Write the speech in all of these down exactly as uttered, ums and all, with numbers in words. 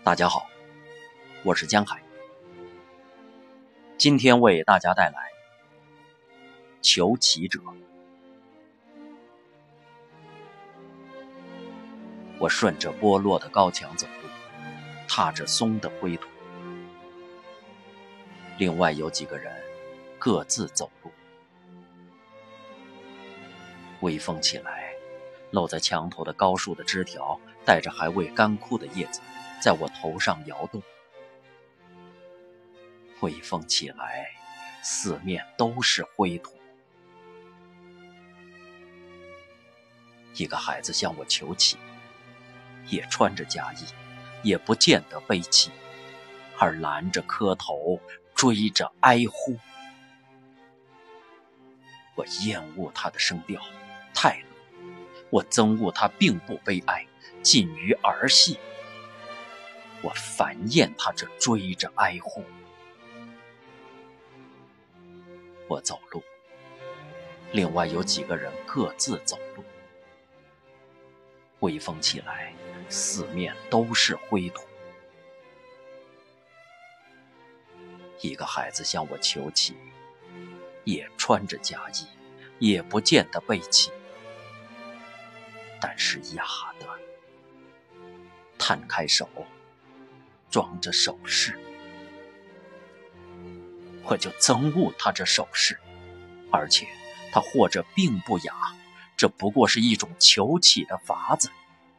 大家好，我是江海，今天为大家带来求乞者。我顺着剥落的高墙走路，踏着松的灰土，另外有几个人各自走路。微风起来，露在墙头的高树的枝条带着还未干枯的叶子在我头上摇动。微风起来，四面都是灰土。一个孩子向我求乞，也穿着夹衣，也不见得悲戚，而拦着磕头，追着哀呼。我厌恶他的声调太冷，我憎恶他并不悲哀，近于儿戏。我烦厌他这追着哀呼。我走路，另外有几个人各自走路。微风起来，四面都是灰土。一个孩子向我求乞，也穿着夹衣，也不见得悲戚，但是哑的，摊开手，装着首饰。我就憎恶他这首饰，而且他或者并不哑，这不过是一种求乞的法子。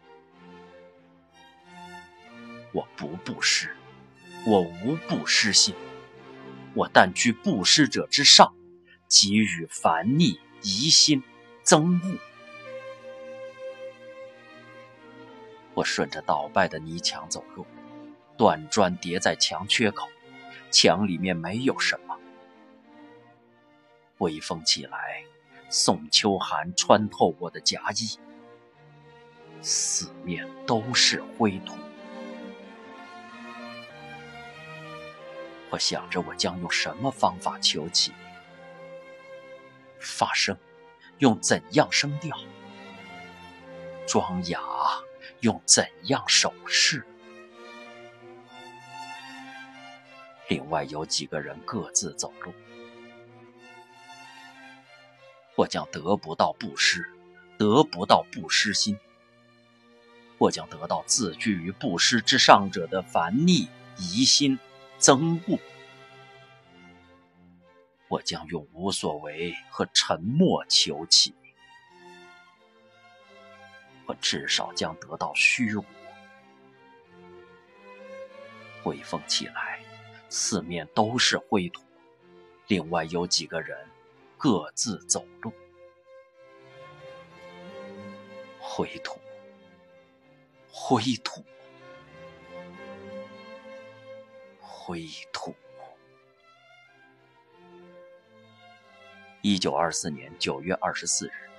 我不布施，我无布施心，我但居布施者之上，给予烦逆、疑心、憎恶。我顺着倒败的泥墙走路，断砖叠在墙缺口，墙里面没有什么。微风起来，宋秋寒穿透我的夹衣，四面都是灰土。我想着我将用什么方法求乞，发声用怎样声调，装哑用怎样手势。另外有几个人各自走路。我将得不到布施，得不到布施心。我将得到自居于布施之上者的烦逆、疑心、憎恶。我将用无所为和沉默求乞。我至少将得到虚无。微风起来，四面都是灰土，另外有几个人各自走路。灰土，灰土，灰土。一九二四年九月二十四日。